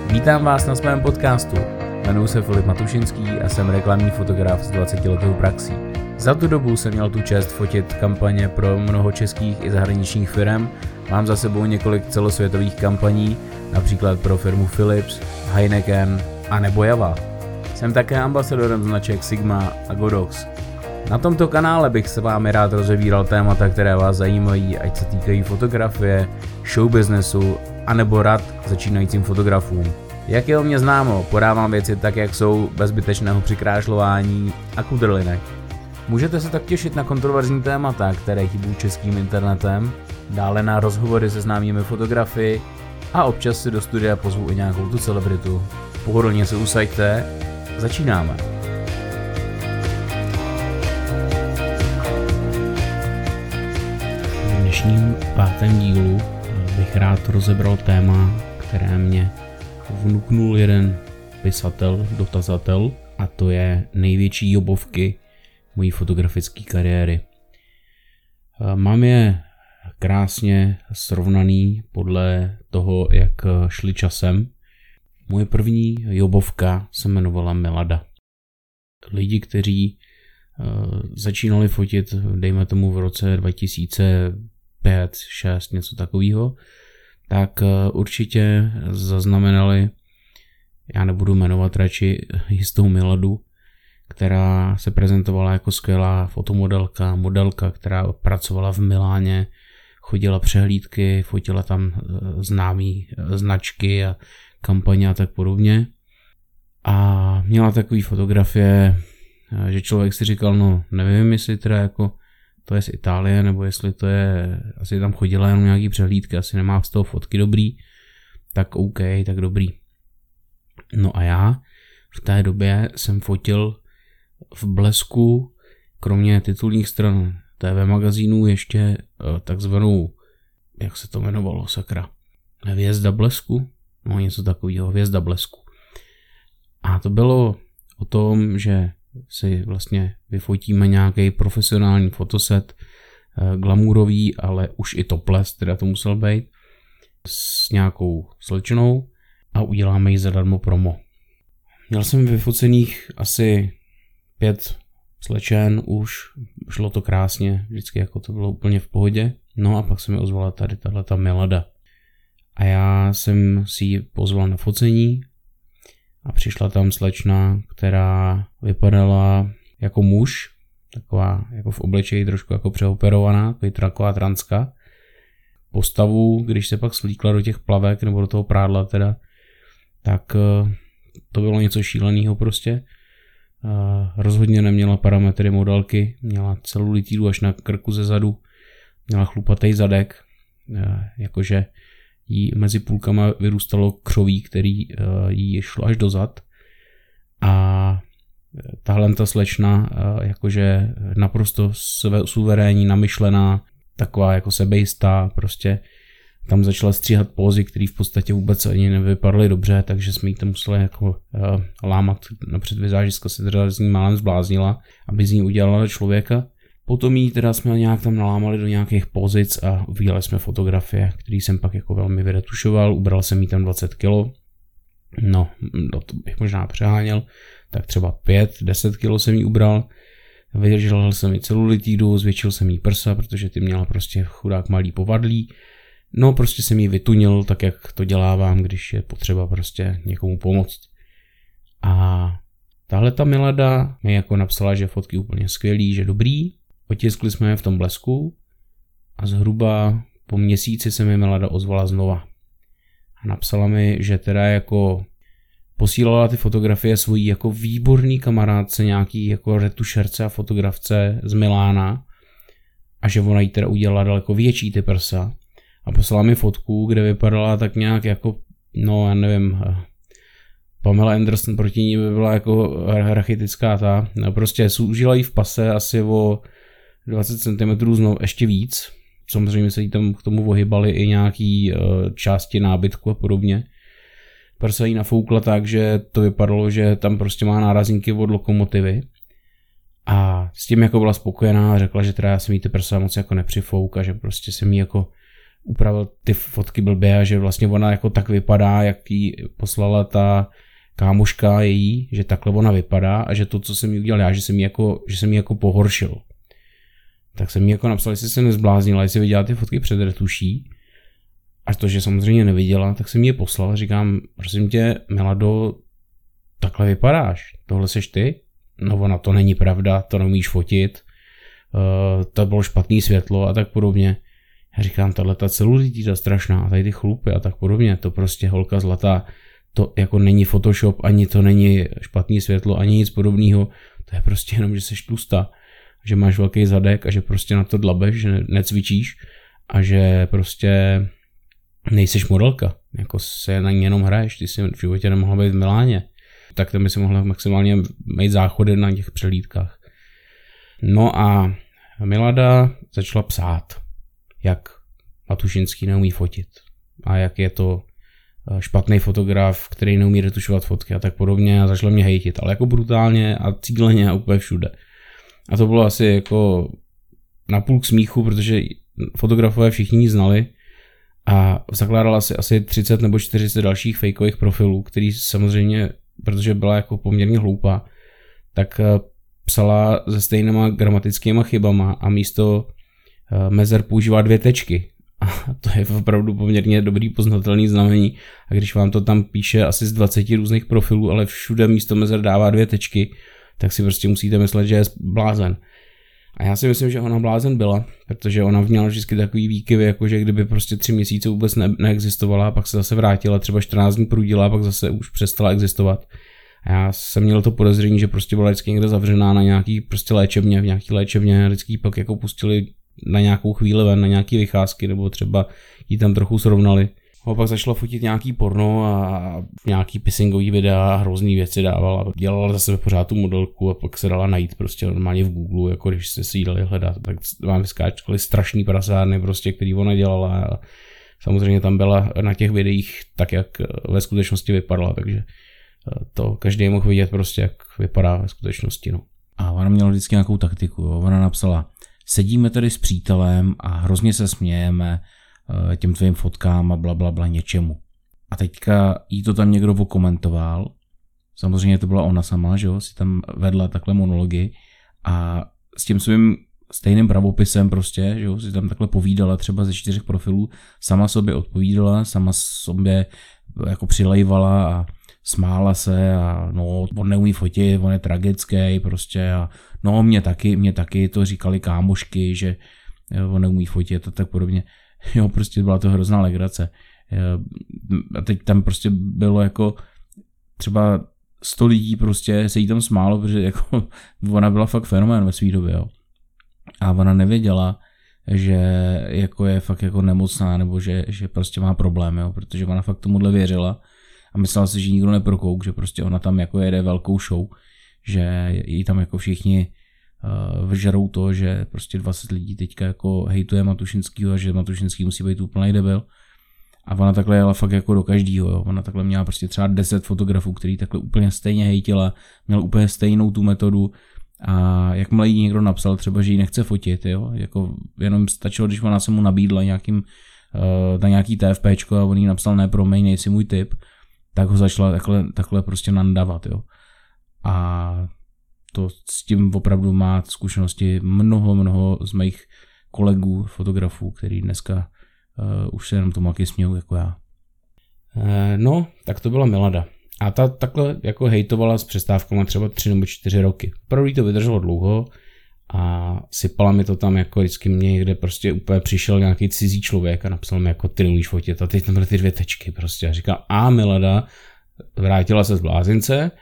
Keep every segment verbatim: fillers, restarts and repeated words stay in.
Vítám vás na svém podcastu. Jmenuji se Filip Matušinský a jsem reklamní fotograf s dvacetiletou praxí. Za tu dobu jsem měl tu čest fotit kampaně pro mnoho českých i zahraničních firm. Mám za sebou několik celosvětových kampaní, například pro firmu Philips, Heineken a nebo Java. Jsem také ambasadorem značek Sigma a Godox. Na tomto kanále bych se vámi rád rozebíral témata, které vás zajímají, ať se týkají fotografie, showbiznesu anebo rad začínajícím fotografům. Jak je o mě známo, podávám věci tak, jak jsou, bez zbytečného přikrášlování a kudrlinek. Můžete se tak těšit na kontroverzní témata, které chybí českým internetem, dále na rozhovory se známými fotografy a občas si do studia pozvu i nějakou tu celebritu. Pohodlně se usaďte, začínáme. V dnešním pátém dílu bych rád rozebral téma, které mě vnuknul jeden pisatel, dotazatel, a to je největší jobovky mojí fotografické kariéry. Mám je krásně srovnaný podle toho, jak šli časem. Moje první jobovka se jmenovala Milada. Lidi, kteří začínali fotit, dejme tomu v roce dva tisíce pět, šest, něco takového, tak určitě zaznamenali, já nebudu jmenovat radši, jistou Miladu, která se prezentovala jako skvělá fotomodelka, modelka, která pracovala v Miláně, chodila přehlídky, fotila tam známý značky a kampaně a tak podobně. A měla takový fotografie, že člověk si říkal, no nevím, jestli teda jako to je z Itálie, nebo jestli to je, asi tam chodila jenom nějaký přehlídky, asi nemá z toho fotky dobrý, tak OK, tak dobrý. No a já v té době jsem fotil v blesku, kromě titulních stran T V magazínů, ještě takzvanou, jak se to jmenovalo, sakra, Hvězda blesku, no něco takového, Hvězda blesku. A to bylo o tom, že si vlastně vyfotíme nějaký profesionální fotoset, glamourový, ale už i topless, teda to musel být, s nějakou slečnou a uděláme jí zadarmo promo. Měl jsem vyfocených asi pět slečen už, šlo to krásně, vždycky jako to bylo úplně v pohodě. No a pak se mi ozvala tady tahleta Milada. A já jsem si ji pozval na focení a přišla tam slečna, která vypadala jako muž, taková jako v obličeji trošku jako přeoperovaná, taková transka. Postavu, když se pak svlíkla do těch plavek nebo do toho prádla teda, tak to bylo něco šíleného prostě. Rozhodně neměla parametry modelky, měla celulitídu až na krku ze zadu, měla chlupatý zadek, jakože jí mezi půlkama vyrůstalo křoví, který jí šlo až do zad. A tahle ta slečna jakože naprosto suverénní, namyšlená, taková jako sebejistá, prostě tam začala stříhat pózy, které v podstatě vůbec ani nevypadaly dobře, takže jsme jí tam museli jako uh, lámat napřed vizážiska, se teda z ní málem zbláznila, aby z ní udělala člověka. Potom jí teda jsme nějak tam nalámali do nějakých pozic a uviděli jsme fotografie, které jsem pak jako velmi vyretušoval, ubral jsem jí tam dvacet kilo, no to bych možná přeháněl, tak třeba pět deset kilo jsem jí ubral, vydržel jsem jí celulitídu, zvětšil jsem jí prsa, protože ty měla prostě chudák malý povadlí. No prostě jsem jí vytunil, tak jak to dělávám, když je potřeba prostě někomu pomoct. A tahle ta Milada mi jako napsala, že fotky úplně skvělý, že dobrý. Otiskli jsme je v tom blesku a zhruba po měsíci se mi Milada ozvala znova. A napsala mi, že teda jako posílala ty fotografie svojí jako výborný kamarádce, nějaký jako retušerce a fotografce z Milána a že ona jí teda udělala daleko větší ty prsa. A poslala mi fotku, kde vypadala tak nějak jako, no já nevím, Pamela Anderson proti ní by byla jako rachitická ta. No prostě zúžila jí v pase asi o dvacet centimetrů znovu ještě víc. Samozřejmě se jí tam k tomu ohybaly i nějaký uh, části nábytku a podobně. Prsa jí nafoukla tak, že to vypadalo, že tam prostě má nárazníky od lokomotivy. A s tím jako byla spokojená a řekla, že teda já jsem jí ty prsa moc jako nepřifouk a že prostě jsem jí jako upravil ty fotky blbě a že vlastně ona jako tak vypadá, jak jí poslala ta kámoška její, že takhle ona vypadá a že to, co jsem jí udělal já, že jsem jí jako, že jsem jí jako pohoršil. Tak jsem jí jako napsal, jestli se nezbláznila, jestli viděla ty fotky před retuší. A to, že samozřejmě neviděla, tak jsem jí je poslal a říkám, prosím tě, Milado, takhle vypadáš, tohle seš ty? No ona, to není pravda, to neumíš fotit, uh, to bylo špatný světlo a tak podobně. Já říkám, tahle ta celulitida strašná, tady ty chlupy a tak podobně, to prostě holka zlatá, to jako není Photoshop, ani to není špatný světlo, ani nic podobného, to je prostě jenom, že seš tlustá, že máš velký zadek a že prostě na to dlabeš, že necvičíš a že prostě nejseš modelka, jako se na ní jenom hraješ, ty si v životě nemohla být v Miláně, tak tam by si mohla maximálně mít záchody na těch přehlídkách. No a Milada začala psát, jak Matušinský neumí fotit a jak je to špatný fotograf, který neumí retušovat fotky a tak podobně a začala mě hejtit, ale jako brutálně a cíleně a úplně všude. A to bylo asi jako napůl k smíchu, protože fotografové všichni ji znali a zakládala si asi třicet nebo čtyřicet dalších fejkových profilů, který samozřejmě, protože byla jako poměrně hloupá, tak psala se stejnýma gramatickýma chybama a místo mezer používá dvě tečky. A to je opravdu poměrně dobrý poznatelný znamení. A když vám to tam píše asi z dvaceti různých profilů, ale všude místo mezer dává dvě tečky, tak si prostě musíte myslet, že je blázen. A já si myslím, že ona blázen byla, protože ona měla vždycky takový výkyvy, jako že kdyby prostě tři měsíce vůbec ne- neexistovala a pak se zase vrátila, třeba čtrnáct dní prudila a pak zase už přestala existovat. A já jsem měl to podezření, že prostě byla vždycky někde zavřená na nějaký prostě léčebně, v nějaký léčebně a vždycky pak jako pustili na nějakou chvíli ven, na nějaký vycházky, nebo třeba jí tam trochu srovnali. A pak začala fotit nějaký porno a nějaký pissingový videa a hrozný věci dávala. Dělala zase pořád tu modelku a pak se dala najít prostě normálně v Google, jako když jste si jí dali hledat. Tak vám vyskáčkali strašný prasárny prostě, který ona dělala a samozřejmě tam byla na těch videích tak, jak ve skutečnosti vypadala, takže to každý mohl vidět prostě, jak vypadá ve skutečnosti. No. A ona měla vždycky nějakou taktiku. Jo. Ona napsala, sedíme tady s přítelem a hrozně se smějeme těm tvým fotkám a bla, bla, bla něčemu. A teďka jí to tam někdo okomentoval. Samozřejmě to byla ona sama, že jo, si tam vedla takhle monology a s tím svým stejným pravopisem prostě, že jo, si tam takhle povídala třeba ze čtyřech profilů, sama sobě odpovídala, sama sobě jako přilejvala a smála se a no, on neumí fotit, on je tragický prostě a no, mě taky, mě taky to říkali kámošky, že on neumí fotit a tak podobně. Jo, prostě byla to hrozná legrace. A teď tam prostě bylo jako třeba sto lidí prostě se jí tam smálo, protože jako ona byla fakt fenomén ve svý době, jo. A ona nevěděla, že jako je fakt jako nemocná nebo že, že prostě má problém, jo, protože ona fakt tomuhle věřila a myslela si, že nikdo neprokouk, že prostě ona tam jako jede velkou show, že jí tam jako všichni uh, vžerou to, že prostě dvacet lidí teďka jako hejtuje Matušinskýho a že Matušinský musí být úplnej debil. A ona takhle jela fakt jako do každýho, jo. Ona takhle měla prostě třeba deset fotografů, který takhle úplně stejně hejtila, měl úplně stejnou tu metodu a jakmile jí někdo napsal třeba, že ji nechce fotit, jo, jako jenom stačilo, když ona se mu nabídla nějakým, uh, na nějaký TFPčko a on jí napsal ne, promiň, nejsi můj typ, tak ho začala takhle, takhle prostě nandavat, jo. A to s tím opravdu má zkušenosti mnoho, mnoho z mých kolegů, fotografů, který dneska uh, už se jenom tomu taky smějou jako já. E, no, tak to byla Milada. A ta takhle jako hejtovala s přestávkama třeba tři nebo čtyři roky. Opravdu to vydrželo dlouho a sypala mi to tam jako vždycky mě někde prostě úplně přišel nějaký cizí člověk a napsal mi jako ty neumíš fotit a teď tam byly ty dvě tečky prostě a říkal a Milada vrátila se z blázince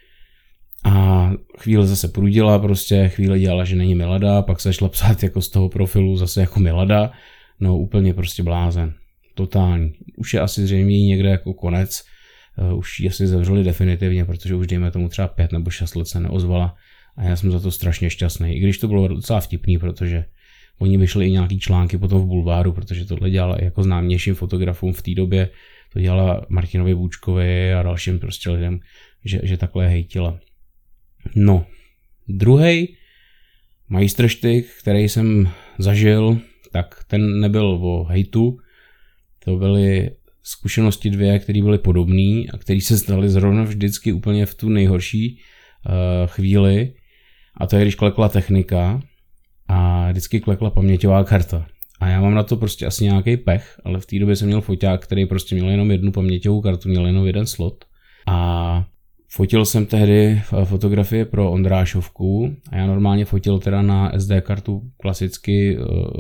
a chvíli zase prudila prostě, chvíli dělala, že není Milada, pak se šla psát jako z toho profilu zase jako Milada, no úplně prostě blázen, totální. Už je asi zřejmě někde jako konec, uh, už ji asi zavřeli definitivně, protože už dejme tomu třeba pět nebo šest let se neozvala a já jsem za to strašně šťastný, i když to bylo docela vtipný, protože oni vyšli i nějaký články potom v Bulváru, protože tohle dělala jako známějším fotografům v té době, to dělala Martinovi Bůčkovi a dalším prostě lidem, že, že takhle hejtila. No, druhý majstrštyk, který jsem zažil, tak ten nebyl o hejtu, To byly zkušenosti dvě, které byly podobné a které se staly zrovna vždycky úplně v tu nejhorší uh, chvíli. A to je, když klekla technika a vždycky klekla paměťová karta. A já mám na to prostě asi nějaký pech, ale v té době jsem měl foťák, který prostě měl jenom jednu paměťovou kartu, měl jenom jeden slot. A fotil jsem tehdy fotografie pro Ondrášovku a já normálně fotil teda na es dé kartu klasicky,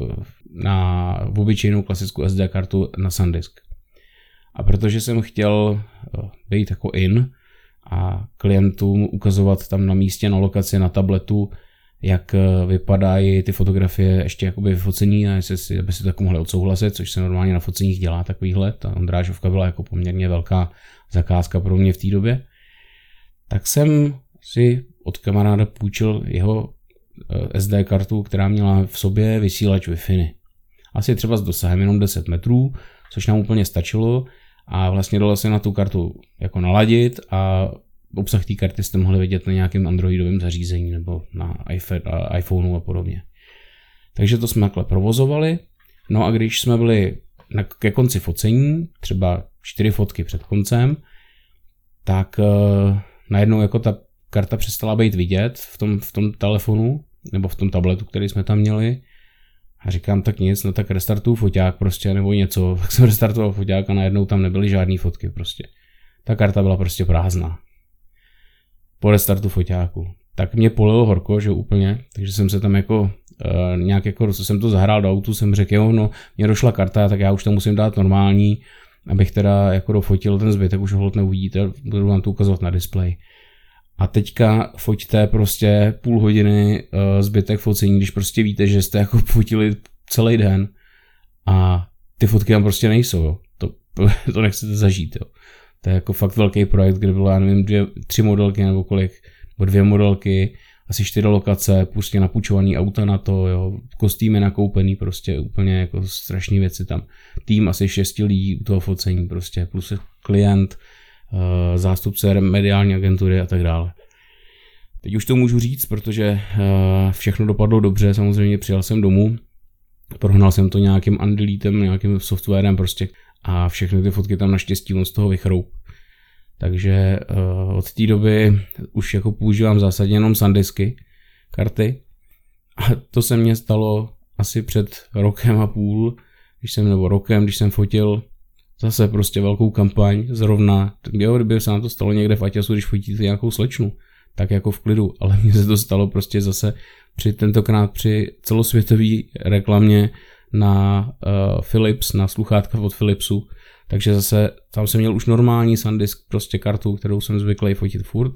na obyčejnou klasickou es dé kartu na SanDisk. A protože jsem chtěl být jako in a klientům ukazovat tam na místě, na lokaci, na tabletu, jak vypadají ty fotografie ještě jakoby vyfocení a jestli si, aby si to jako mohli odsouhlasit, což se normálně na foceních dělá takovýhle. Ta Ondrášovka byla jako poměrně velká zakázka pro mě v té době. Tak jsem si od kamaráda půjčil jeho es dé kartu, která měla v sobě vysílač Wi-Fi. Asi třeba s dosahem jenom deset metrů, což nám úplně stačilo a vlastně dalo se na tu kartu jako naladit a obsah té karty jste mohli vidět na nějakém androidovém zařízení nebo na iPhoneu a podobně. Takže to jsme takhle provozovali. No a když jsme byli na, ke konci focení, třeba čtyři fotky před koncem, tak uh, najednou jako ta karta přestala být vidět v tom, v tom telefonu nebo v tom tabletu, který jsme tam měli. A říkám, tak nic, no tak restartuju foťák prostě nebo něco. Tak jsem restartoval foťák a najednou tam nebyly žádný fotky prostě. Ta karta byla prostě prázdná. Po restartu foťáku. Tak mě polilo horko, že úplně, takže jsem se tam jako uh, nějak jako, co jsem to zahrál do autu, jsem řekl, jo, no, mě došla karta, tak já už tam musím dát normální, abych teda jako dofotil ten zbytek, už ho neuvidíte, budu vám to ukazovat na displeji. A teďka foťte prostě půl hodiny uh, zbytek focení, když prostě víte, že jste jako fotili celý den a ty fotky tam prostě nejsou, jo. To, to nechcete zažít, jo. To je jako fakt velký projekt, kde bylo, já nevím, dvě, tři modelky nebo kolik, nebo dvě modelky, asi čtyři lokace, prostě napůjčovaný auta na to, jo, kostýmy nakoupený, prostě úplně jako strašný věci tam. Tým asi šesti lidí u toho focení prostě, plus klient, zástupce mediální agentury a tak dále. Teď už to můžu říct, protože všechno dopadlo dobře, samozřejmě přijel jsem domů, prohnal jsem to nějakým undeletem, nějakým softwarem prostě a všechny ty fotky tam naštěstí on z toho vychroup. Takže uh, od té doby už jako používám v zásadě jenom SanDisky, karty. A to se mně stalo asi před rokem a půl, když jsem, nebo rokem, když jsem fotil zase prostě velkou kampaň, zrovna, jo, kdyby se nám to stalo někde v Aťasu, když fotíte nějakou slečnu, tak jako v klidu, ale mně se to stalo prostě zase při tentokrát při celosvětové reklamě na uh, Philips, na sluchátka od Philipsu, takže zase tam jsem měl už normální SanDisk, prostě kartu, kterou jsem zvyklý fotit furt.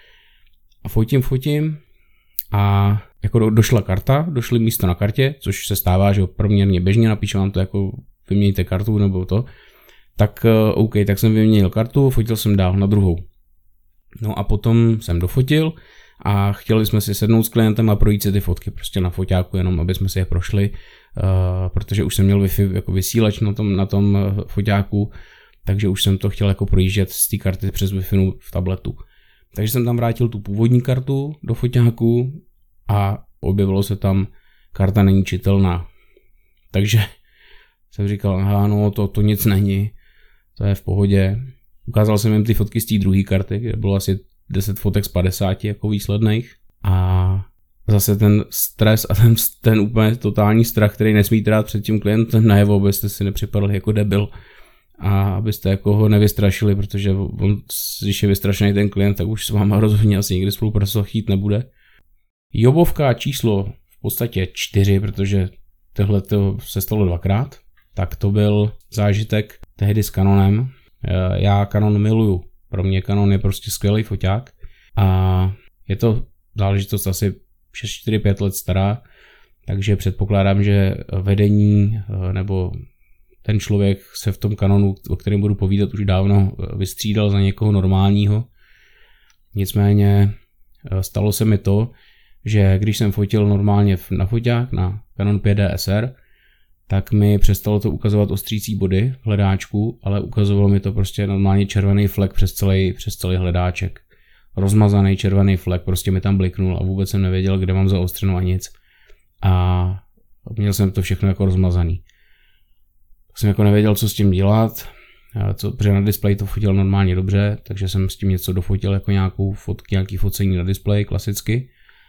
A fotím, fotím a jako do, došla karta, došly místo na kartě, což se stává, že poměrně běžně, napíšu vám to jako vyměníte kartu nebo to. Tak uh, OK, tak jsem vyměnil kartu, fotil jsem dál na druhou. No a potom jsem dofotil a chtěli jsme si sednout s klientem a projít si ty fotky prostě na foťáku, jenom aby jsme si je prošli, uh, protože už jsem měl Wi-Fi jako vysílač na tom, na tom foťáku, takže už jsem to chtěl jako projíždět z té karty přes Wi-Fi v tabletu. Takže jsem tam vrátil tu původní kartu do foťáku a objevilo se tam, karta není čitelná. Takže jsem říkal, aha, no to, to nic není, to je v pohodě. Ukázal jsem jim ty fotky z té druhé karty, kde bylo asi deset fotek z padesáti jako výsledných. A zase ten stres a ten, ten úplně totální strach, který nesmíte dát před tím klientem najevo, abyste si nepřipadali jako debil. A abyste jako ho nevystrašili, protože on, když je vystrašený ten klient, tak už s váma rozhodně asi nikdy spolupracovat chtít nebude. Jobovka číslo v podstatě čtyři, protože tohle to se stalo dvakrát. Tak to byl zážitek tehdy s Canonem. Já Canon miluju. Pro mě Canon je prostě skvělý foťák. A je to záležitost asi šest čtyři pět let stará. Takže předpokládám, že vedení nebo ten člověk se v tom Canonu, o kterém budu povídat, už dávno vystřídal za někoho normálního. Nicméně stalo se mi to, že když jsem fotil normálně na foťák, na Canon pět D S R, tak mi přestalo to ukazovat ostřící body v hledáčku, ale ukazovalo mi to prostě normálně červený flek přes celý, přes celý hledáček. Rozmazaný červený flek prostě mi tam bliknul a vůbec jsem nevěděl, kde mám zaostřeno a nic. A měl jsem to všechno jako rozmazaný. jsem jako nevěděl, co s tím dělat, co, protože na displeji to fotil normálně dobře, takže jsem s tím něco dofotil, jako nějakou fotky, nějaký focení na displeji klasicky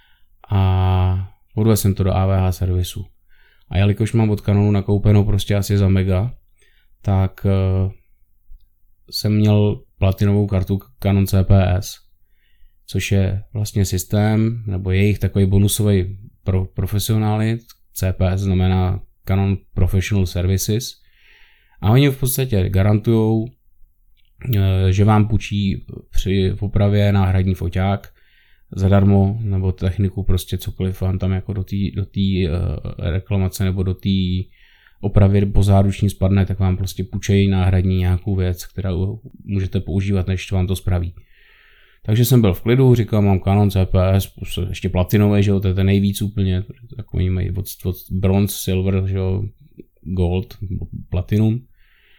a odvezl jsem to do A V H servisu. A jelikož mám od Canonu nakoupenou prostě asi za mega, tak uh, jsem měl platinovou kartu Canon C P S, což je vlastně systém, nebo jejich takový bonusový pro profesionály. C P S znamená Canon Professional Services. A oni v podstatě garantujou, že vám půjčí při popravě náhradní foťák zadarmo, nebo techniku, prostě cokoliv vám tam jako do té do té reklamace nebo do té opravy po záruční spadne, tak vám prostě půjčejí náhradní nějakou věc, kterou můžete používat, než vám to spraví. Takže jsem byl v klidu, říkal, mám Canon C P S, ještě platinový, že jo, to je ten nejvíc úplně, takový mají od, od bronze, silver, že jo, gold, platinum.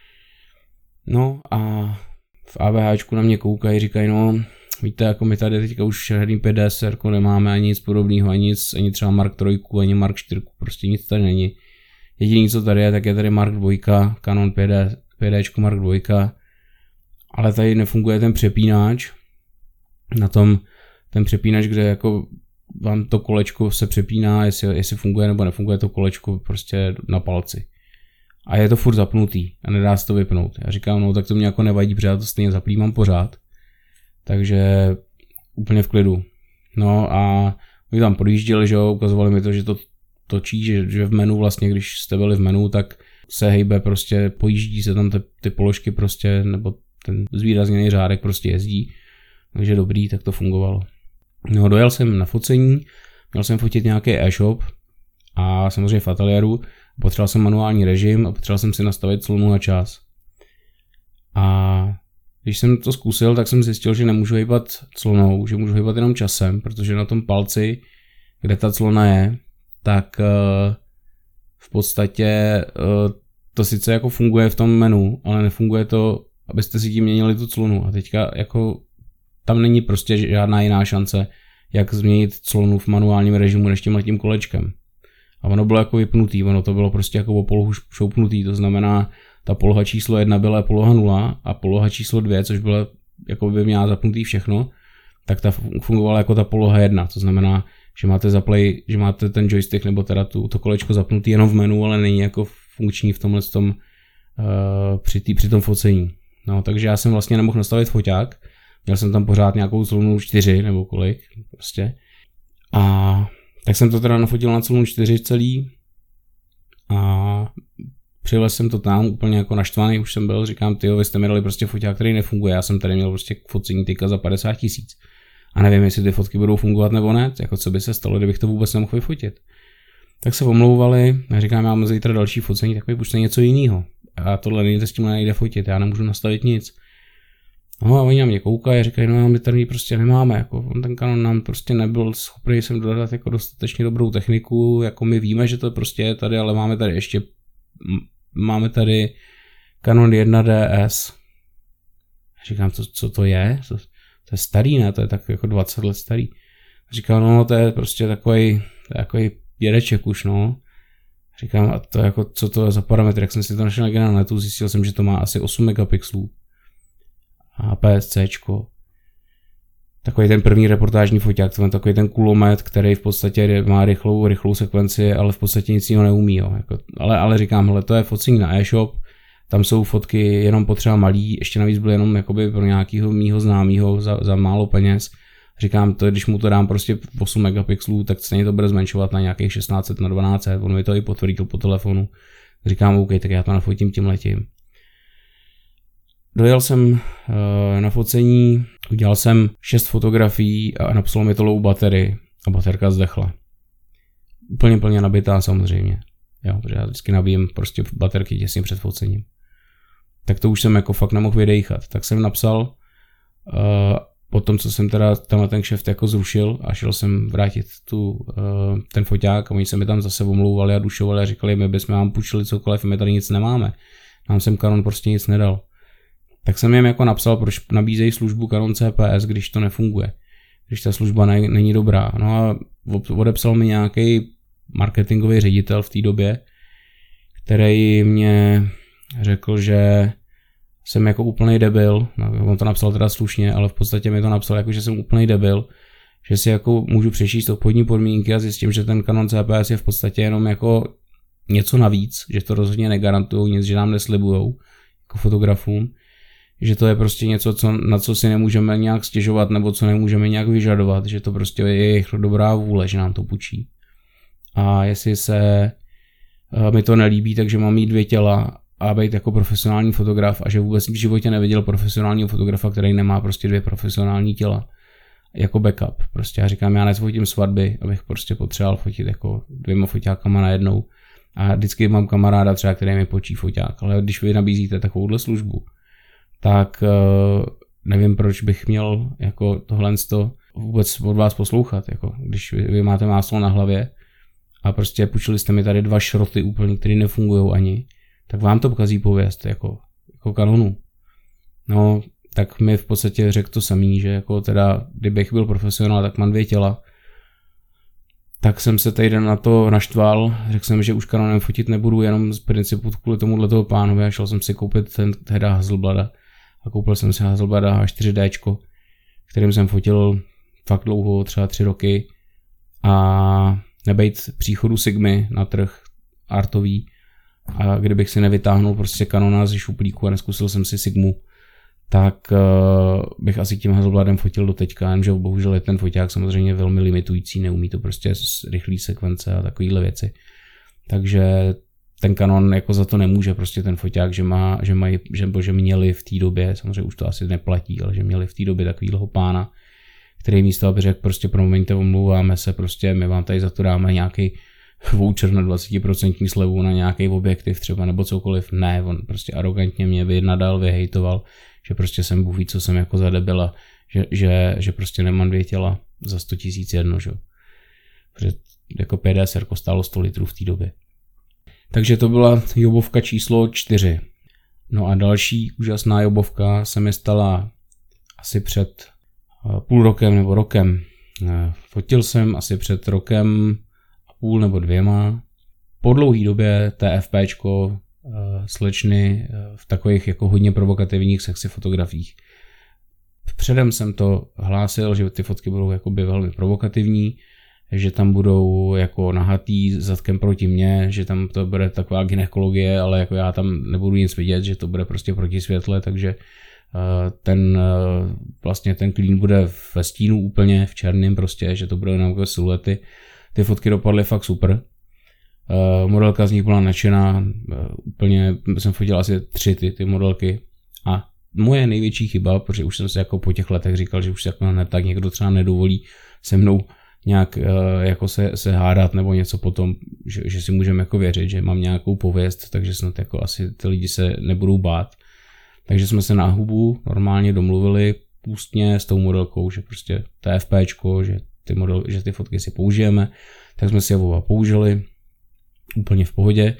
No a v AVHčku na mě koukají, říkají, no, víte, jako my tady teďka už žádný pět D S R nemáme, ani nic podobného, ani nic, ani třeba Mark tři, ani Mark čtyři, prostě nic tady není. Jediný, co tady je, tak je tady Mark dva, Canon pět D, pět D Mark dva, ale tady nefunguje ten přepínač, na tom ten přepínač, kde jako vám to kolečko se přepíná, jestli, jestli funguje nebo nefunguje to kolečko prostě na palci. A je to furt zapnutý a nedá se to vypnout. Já říkám, no tak to mě jako nevadí, protože já to stejně zaplývám pořád. Takže úplně v klidu. No a my tam projížděli, že jo, ukazovali mi to, že to točí, že, že v menu vlastně, když jste byli v menu, tak se hejbe prostě, pojíždí se tam ty, ty položky prostě, nebo ten zvýrazněný řádek prostě jezdí. Takže dobrý, tak to fungovalo. No, dojel jsem na focení, měl jsem fotit nějaký e-shop a samozřejmě v ateliéru, potřeboval jsem manuální režim a potřeboval jsem si nastavit clonu na čas. A když jsem to zkusil, tak jsem zjistil, že nemůžu hýbat clonou, že můžu hýbat jenom časem, protože na tom palci, kde ta clona je, tak uh, v podstatě uh, to sice jako funguje v tom menu, ale nefunguje to, abyste si tím měnili tu clonu. A teďka jako tam není prostě žádná jiná šance, jak změnit clonu v manuálním režimu než tímhletím kolečkem. A ono bylo jako vypnutý, ono to bylo prostě jako o polohu šoupnutý, to znamená, ta poloha číslo jedna byla poloha nula a poloha číslo dvě, což bylo, jako by měla zapnutý všechno, tak ta fungovala jako ta poloha jedna, to znamená, že máte zaplay, že máte ten joystick nebo teda tu, to kolečko zapnutý jenom v menu, ale není jako funkční v tomhle tom, uh, při, tý, při tom focení. No, takže já jsem vlastně nemohl nastavit foťák, měl jsem tam pořád nějakou clonu čtyři nebo kolik prostě. A tak jsem to teda nafotil na clonu čtyři celý a přivez jsem to tam úplně jako naštvaný, už jsem byl, říkám, tyjo, vy jste mi dali prostě foťák, který nefunguje, já jsem tady měl prostě focení tyka za padesát tisíc a nevím, jestli ty fotky budou fungovat nebo ne, jako co by se stalo, kdybych to vůbec nemohl vyfotit. Tak se omlouvali a říkám, já mám zítra další focení, tak mi pušte něco jiného. A tohle nejde, s tím nejde fotit, já nemůžu nastavit nic. No a oni na mě koukají a říkají, no my tady prostě nemáme, jako on ten Canon nám prostě nebyl schopný sem dodat jako dostatečně dobrou techniku, jako my víme, že to prostě je tady, ale máme tady ještě, máme tady Canon jedna D S. Říkám, to, co to je? To, to je starý, ne? To je tak jako dvacet let starý. Říkám, no to je prostě takový, takový dědeček už, no. Říkám, a to jako, co to je za parametry, jak jsem si to našel na netu, zjistil jsem, že to má asi osm megapixelů. A PSCčko. Takový ten první reportážní foťák, to je takový ten kulomet, který v podstatě má rychlou, rychlou sekvenci, ale v podstatě nic jiného neumí. Jo. Jako, ale, ale říkám, hele, to je focení na e-shop, tam jsou fotky jenom potřeba malý, ještě navíc byl jenom jakoby pro nějakého mýho známého za, za málo peněz. Říkám, to, když mu to dám prostě osm megapixelů, tak stejně to bude zmenšovat na nějakých šestnáct set na dvanáct set, on mi to i potvrdil po telefonu. Říkám, OK, tak já to nafotím tímhletím. Dojel jsem uh, na focení, udělal jsem šest fotografií a napsalo mi to low battery a baterka zdechla. Úplně plně nabitá samozřejmě, jo, protože já vždycky nabíjem prostě baterky těsně před focením. Tak to už jsem jako fakt nemohl vydejchat, tak jsem napsal uh, po tom, co jsem teda tenhle ten kšeft jako zrušil a šel jsem vrátit tu, uh, ten foťák a oni se mi tam zase omlouvali a dušovali a říkali, my bychom vám půjčili cokoliv, my tady nic nemáme. Nám jsem Canon prostě nic nedal. Tak jsem jim jako napsal, proč nabízejí službu Canon C P S, když to nefunguje. Když ta služba ne, není dobrá. No a odepsal mi nějaký marketingový ředitel v té době, který mě řekl, že jsem jako úplnej debil, no, on to napsal teda slušně, ale v podstatě mi to napsal jako, že jsem úplnej debil, že si jako můžu přečíst obchodní podmínky a zjistím, že ten Canon C P S je v podstatě jenom jako něco navíc, že to rozhodně negarantujou nic, že nám neslibujou jako fotografům, že to je prostě něco, co, na co si nemůžeme nějak stěžovat nebo co nemůžeme nějak vyžadovat, že to prostě je jejich dobrá vůle, že nám to půjčí. A jestli se mi to nelíbí, takže mám mít dvě těla a být jako profesionální fotograf a že vůbec v životě neviděl profesionálního fotografa, který nemá prostě dvě profesionální těla jako backup. Prostě já říkám, já nefotím svatby, abych prostě potřeboval fotit jako dvěma foťákama najednou. A vždycky mám kamaráda třeba, který mi počí foťák, ale když vy nabízíte takovouhle službu, tak nevím, proč bych měl jako tohle vůbec od vás poslouchat, jako když vy, vy máte máslo na hlavě a prostě půjčili jste mi tady dva šroty úplně, které nefungují ani, tak vám to pokazí pověst jako, jako Canonu. No, tak mi v podstatě řekl to samý, že jako teda, kdybych byl profesionál, tak mám dvě těla. Tak jsem se týden na to naštval, řekl jsem, že už Canonem fotit nebudu, jenom z principu kvůli tomuhle toho pánovi a šel jsem si koupit ten teda Hasselblada a koupil jsem si Hasselblada H čtyři D, kterým jsem fotil fakt dlouho, třeba tři roky a nebejt příchodu Sigmy na trh artový a kdybych si nevytáhnul prostě Canona ze šuplíku a neskusil jsem si Sigmu, tak uh, bych asi tím Hasselbladem fotil do teďka, jenže bohužel je ten foťák samozřejmě velmi limitující, neumí to prostě rychlý sekvence a takovýhle věci. Takže ten Canon jako za to nemůže prostě ten foťák, že má, že mají, že, že měli v té době, samozřejmě už to asi neplatí, ale že měli v té době takovýhleho pána, který místo, aby řekl prostě promiňte, omlouváme se, prostě my vám tady za to dáme nějaký voucher na dvacet procent slevu na nějaký objektiv třeba nebo cokoliv. Ne, on prostě arrogantně mě vynadal, vyhejtoval, že prostě jsem bůh ví, co jsem jako za debila, že, že, že prostě nemám dvě těla za sto tisíc jedno, že? Protože jako P D S R stálo sto litrů v té době. Takže to byla jobovka číslo čtyři. No a další úžasná jobovka se mi stala asi před půl rokem nebo rokem. Fotil jsem asi před rokem a půl nebo dvěma. Po dlouhý době TFPčko slečny v takových jako hodně provokativních sexy fotografiích. Předem jsem to hlásil, že ty fotky budou jakoby velmi provokativní, že tam budou jako nahatý zadkem proti mně, že tam to bude taková gynekologie, ale jako já tam nebudu nic vidět, že to bude prostě proti světle, takže ten vlastně ten klín bude ve stínu úplně v černém prostě, že to bude jenom jako siluety. Ty fotky dopadly fakt super. Modelka z nich byla nadšená, úplně jsem fotil asi tři ty, ty modelky a moje největší chyba, protože už jsem si jako po těch letech říkal, že už se jako ne, tak někdo třeba nedovolí se mnou nějak jako se, se hádat nebo něco potom, že, že si můžeme jako věřit, že mám nějakou pověst, takže snad jako asi ty lidi se nebudou bát. Takže jsme se na hubu normálně domluvili ústně s tou modelkou, že prostě TFPčko, že ty, model, že ty fotky si použijeme, tak jsme si je oba použili úplně v pohodě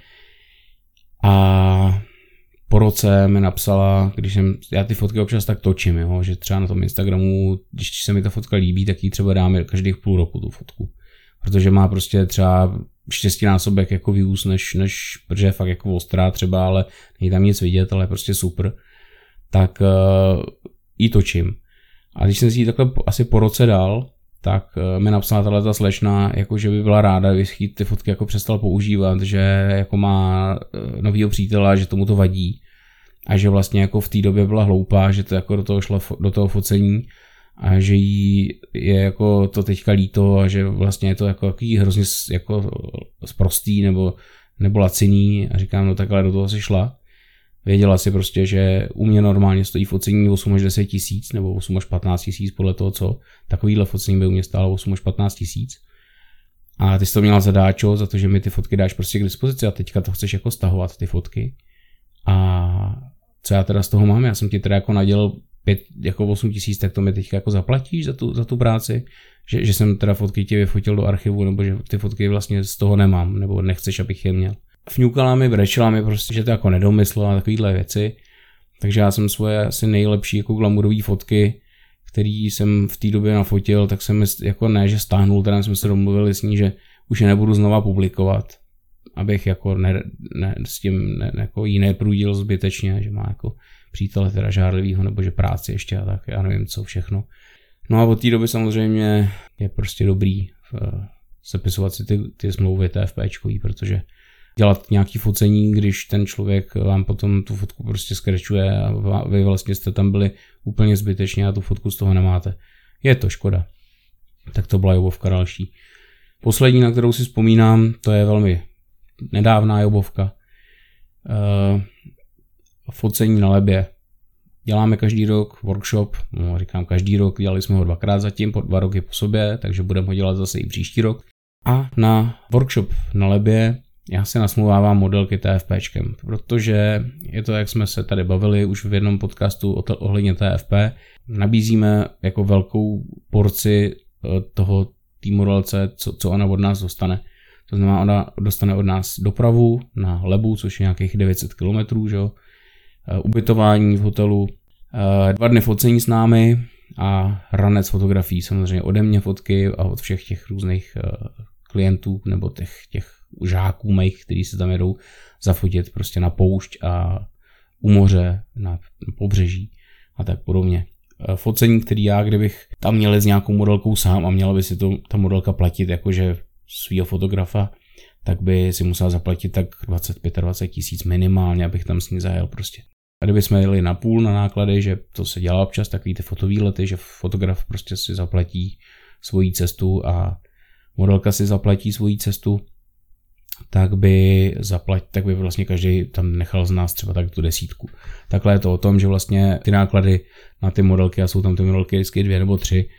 a po roce mi napsala, když jsem, já ty fotky občas tak točím, jo, že třeba na tom Instagramu, když se mi ta fotka líbí, tak ji třeba dáme každých půl roku tu fotku, protože má prostě třeba šestinásobek jako views, než, než protože je fakt jako ostrá třeba, ale není tam nic vidět, ale je prostě super, tak uh, ji točím. A když jsem si ji takhle asi po roce dal, tak uh, mi napsala tato slečna, jako že by byla ráda, kdyby ty fotky jako přestal používat, že jako má uh, novýho přítele, že tomu to vadí a že vlastně jako v té době byla hloupá, že to jako do toho šlo do toho focení a že jí je jako to teďka líto a že vlastně je to jako jaký hrozně jako sprostý nebo, nebo laciný a říkám, no tak ale do toho si šla. Věděla si prostě, že u mě normálně stojí focení osm až deset tisíc nebo osm až patnáct tisíc podle toho, co. Takovýhle focení by u mě stálo osm až patnáct tisíc. A ty jsi to měla zadáčo za to, že mi ty fotky dáš prostě k dispozici a teďka to chceš jako stahovat ty fotky. A co já teda z toho mám? Já jsem ti teda jako nadělal pět, jako osm tisíc, tak to mi teďka jako zaplatíš za tu, za tu práci? Že, že jsem teda fotky ti vyfotil do archivu, nebo že ty fotky vlastně z toho nemám, nebo nechceš, abych je měl. Fňukala mi, brečela mi prostě, že to jako nedomyslela takovýhle věci. Takže já jsem svoje asi nejlepší jako glamourový fotky, který jsem v té době nafotil, tak jsem jako ne, že stáhnul, teda jsme se domluvili s ní, že už je nebudu znova publikovat. abych jako ne, ne, s tím ne, jako jí neprudil zbytečně, že má jako přítele teda žárlivýho, nebo že práci ještě a tak, já nevím co všechno. No a od té doby samozřejmě je prostě dobrý sepisovat si ty, ty smlouvy TFPčkový, protože dělat nějaký focení, když ten člověk vám potom tu fotku prostě skrečuje a vy vlastně jste tam byli úplně zbytečně a tu fotku z toho nemáte. Je to škoda. Tak to byla jobovka další. Poslední, na kterou si vzpomínám, to je velmi nedávná jobovka. Uh, focení na Lebě. Děláme každý rok workshop, no, říkám každý rok, dělali jsme ho dvakrát zatím, po dva roky po sobě, takže budeme ho dělat zase i příští rok. A na workshop na Lebě já si nasmluvávám modelky TFPčkem, protože je to, jak jsme se tady bavili už v jednom podcastu ohledně T F P, nabízíme jako velkou porci toho té modelce, co, co ona od nás dostane. To znamená, ona dostane od nás dopravu na Lebu, což je nějakých devět set kilometrů, že jo? Ubytování v hotelu, dva dny focení s námi a ranec fotografií, samozřejmě ode mě fotky a od všech těch různých klientů nebo těch, těch žáků mých, kteří se tam jedou zafotit prostě na poušť a u moře, na pobřeží a tak podobně. Focení, který já, kdybych tam měl s nějakou modelkou sám a měla by si to ta modelka platit jakože svýho fotografa, tak by si musela zaplatit tak dvacet pět dvacet tisíc minimálně, abych tam s ní zajel prostě. A kdyby jsme jeli na půl na náklady, že to se dělá občas, takový ty fotovýlety, že fotograf prostě si zaplatí svoji cestu a modelka si zaplatí svoji cestu, tak by zaplat, tak by vlastně každý tam nechal z nás třeba tak tu desítku. Takhle je to o tom, že vlastně ty náklady na ty modelky, a jsou tam ty modelky vždycky dvě nebo tři,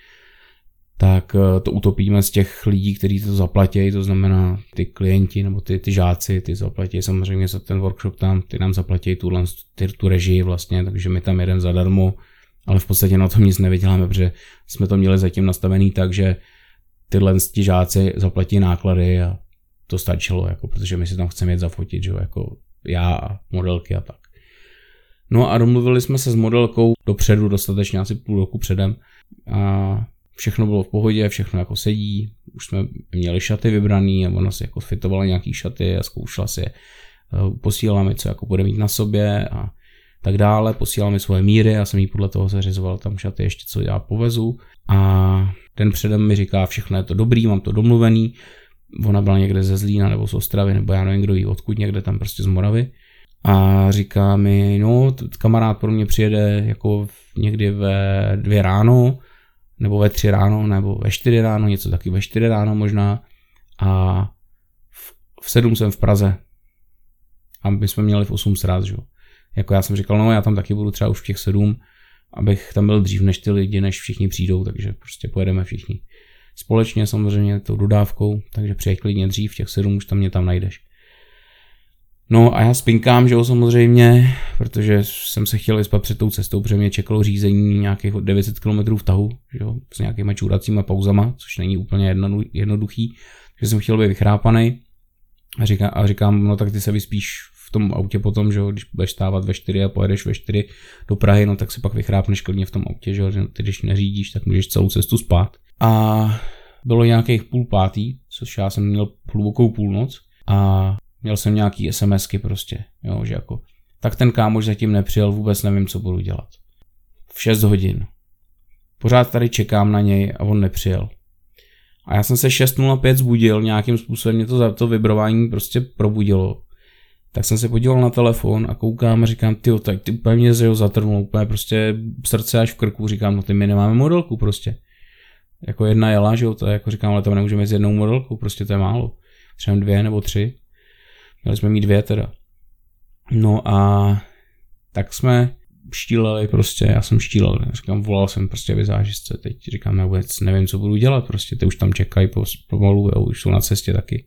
tak to utopíme z těch lidí, kteří to zaplatí, to znamená ty klienti nebo ty, ty žáci, ty zaplatí samozřejmě za ten workshop tam, ty nám zaplatí tu, tu režii vlastně, takže my tam jedeme zadarmo, ale v podstatě na tom nic nevyděláme, protože jsme to měli zatím nastavený tak, že tyhle ti žáci zaplatí náklady a to stačilo, jako, protože my si tam chceme jet zafotit, že, jako já a modelky a tak. No a domluvili jsme se s modelkou dopředu, dostatečně asi půl roku předem a všechno bylo v pohodě, všechno jako sedí, už jsme měli šaty vybraný a ona si jako fitovala nějaký šaty a zkoušela si je, posílala mi, co jako bude mít na sobě a tak dále, posílala mi svoje míry, já jsem jí podle toho zařizoval tam šaty ještě, co já povezu a den předem mi říká, všechno je to dobrý, mám to domluvený, ona byla někde ze Zlína nebo z Ostravy, nebo já nevím, kdo jí odkud, někde tam prostě z Moravy a říká mi, no kamarád pro mě přijede jako někdy ve dvě ráno, nebo ve tři ráno, nebo ve čtyři ráno, něco taky ve čtyři ráno možná a v, v sedm jsem v Praze a my jsme měli v osm sraz, že? Jako já jsem říkal, no já tam taky budu třeba už v těch sedm, abych tam byl dřív než ty lidi, než všichni přijdou, takže prostě pojedeme všichni společně samozřejmě tou dodávkou, takže přijeď klidně dřív, v těch sedm už tam mě tam najdeš. No a já spinkám, že jo, samozřejmě, protože jsem se chtěl vyspat před tou cestou, protože mě čekalo řízení nějakých devět set kilometrů v tahu, že jo, s nějakýma čuracíma pauzama, což není úplně jednoduchý, takže jsem chtěl být vychrápanej a říkám, a říkám, no tak ty se vyspíš v tom autě potom, že jo, když budeš stávat ve čtyři a pojedeš ve čtyři do Prahy, no tak si pak vychrápneš klidně v tom autě, že jo, ty když neřídíš, tak můžeš celou cestu spát. A bylo nějakých půl pátý, což já jsem měl hlubokou půlnoc a měl jsem nějaký SMSky prostě, jo, že jako, tak ten kámoš zatím nepřijel, vůbec nevím, co budu dělat. V šest hodin. Pořád tady čekám na něj a on nepřijel. A já jsem se šest nula pět zbudil, nějakým způsobem mě to, to vibrování prostě probudilo. Tak jsem se podíval na telefon a koukám a říkám, tyjo, tak ty úplně mě zjel zatrnul, úplně prostě srdce až v krku, říkám, no ty my nemáme modelku prostě. Jako jedna jela, že jo, to jako říkám, ale tam nemůžeme s jednou modelkou, prostě to je málo. Třeba dvě nebo tři. Měli jsme mít dvě teda. No a tak jsme štíleli prostě, já jsem štílel, říkám, volal jsem prostě vizážistce, teď říkám, já vůbec nevím, co budu dělat, prostě ty už tam čekají pomalu, jo, už jsou na cestě taky.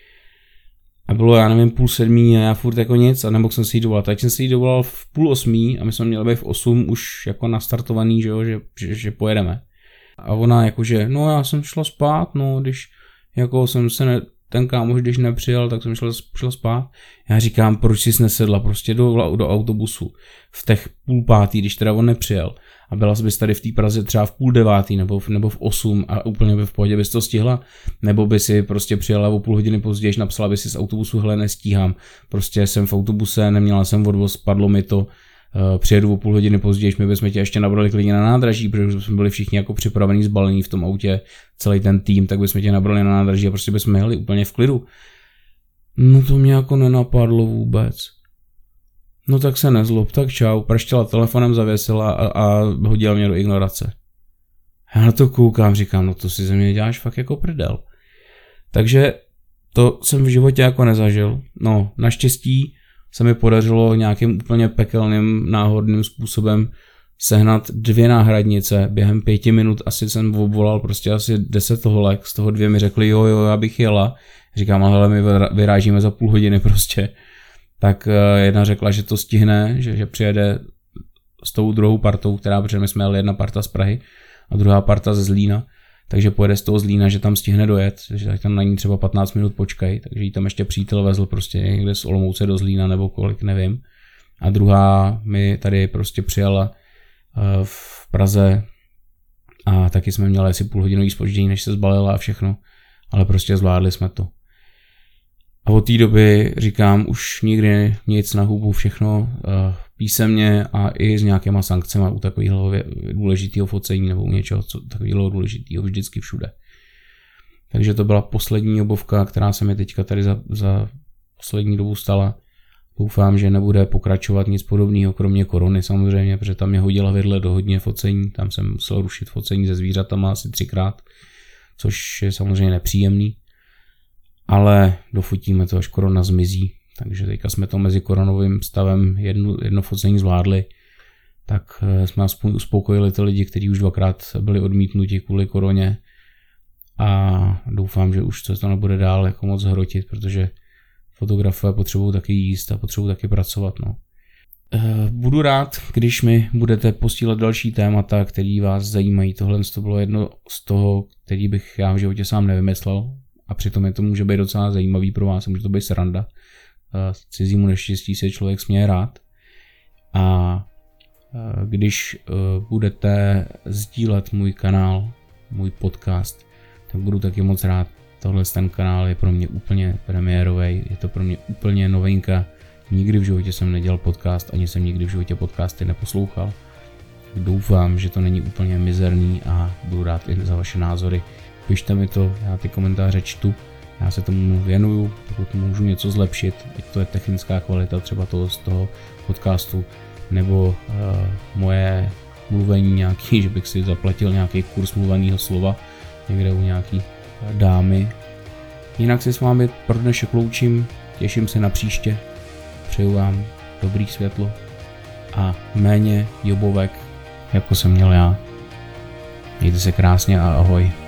A bylo, já nevím, půl sedmí a já furt jako nic a nemohl jsem si jí dovolat. Tak jsem si jí dovolal v půl osmí a my jsme měli být v osm už jako nastartovaný, že jo, že, že, že pojedeme. A ona jakože, no já jsem šla spát, no když jako jsem se ne, ten kámoš, když nepřijel, tak jsem šel, šel spát. Já říkám, proč jsi nesedla prostě do, do autobusu v těch půl pátý, když teda on nepřijel. A byla bys tady v té Praze třeba v půl devátý nebo v, nebo v osm a úplně by v pohodě bys to stihla. Nebo by si prostě přijela o půl hodiny později, napsala by si z autobusu, hele, nestíhám. Prostě jsem v autobuse, neměla jsem odvoz, spadlo mi to. Přijedu o půl hodiny později, my bychom tě ještě nabrali klidně na nádraží, protože jsme byli všichni jako připravení, zbalení v tom autě, celý ten tým, tak bychom tě nabrali na nádraží a prostě bychom jeli úplně v klidu. No to mě jako nenapadlo vůbec. No tak se nezlob, tak čau, praštěla telefonem, zavěsila a, a hodila mě do ignorace. Já na to koukám, říkám, no to si ze mě děláš fakt jako prdel. Takže to jsem v životě jako nezažil. No, naštěstí se mi podařilo nějakým úplně pekelným náhodným způsobem sehnat dvě náhradnice. Během pěti minut asi jsem obvolal prostě asi deset holek, z toho dvě mi řekly jo, jo, já bych jela. Říkám, ale my vyrážíme za půl hodiny prostě. Tak jedna řekla, že to stihne, že, že přijede s tou druhou partou, která, protože my jsme jeli jedna parta z Prahy a druhá parta ze Zlína, takže pojede z toho Zlína, že tam stihne dojet, že tam na ní třeba patnáct minut počkají, takže jí tam ještě přítel vezl prostě někde z Olomouce do Zlína nebo kolik, nevím. A druhá mi tady prostě přijela v Praze a taky jsme měli asi půl hodinový zpoždění, než se zbalila a všechno, ale prostě zvládli jsme to. A od té doby říkám už nikdy nic na hubu, všechno písemně a i s nějakýma sankcemi u takového důležitého focení nebo u něčeho co, takového důležitého vždycky všude. Takže to byla poslední obovka, která se mi teďka tady za, za poslední dobu stala. Doufám, že nebude pokračovat nic podobného, kromě korony samozřejmě, protože tam mě hodila vidle do hodně focení, tam jsem musel rušit focení se zvířatama asi třikrát, což je samozřejmě nepříjemný. Ale dofotíme to, až korona zmizí. Takže teďka jsme to mezi koronovým stavem jedno, jedno focení zvládli. Tak jsme aspoň uspokojili ty lidi, kteří už dvakrát byli odmítnuti kvůli koroně. A doufám, že už to nebude dál jako moc hrotit, protože fotografové potřebují taky jíst a potřebují taky pracovat. No. Budu rád, když mi budete posílat další témata, který vás zajímají. Tohle to bylo jedno z toho, který bych já v životě sám nevymyslel. A přitom je to může být docela zajímavý pro vás, může to být sranda. Cizímu neštěstí se člověk směje rád. A když budete sdílet můj kanál, můj podcast, tak budu taky moc rád. Tohle ten kanál je pro mě úplně premiérový, je to pro mě úplně novinka. Nikdy v životě jsem nedělal podcast, ani jsem nikdy v životě podcasty neposlouchal. Doufám, že to není úplně mizerný a budu rád i za vaše názory. Pište mi to, já ty komentáře čtu, já se tomu věnuju, pokud můžu něco zlepšit, ať to je technická kvalita třeba toho z toho podcastu, nebo uh, moje mluvení nějaký, že bych si zaplatil nějaký kurz mluveného slova někde u nějaký dámy. Jinak si s vámi pro dnešek loučím, těším se na příště, přeju vám dobrý světlo a méně jobovek, jako jsem měl já. Mějte se krásně a ahoj.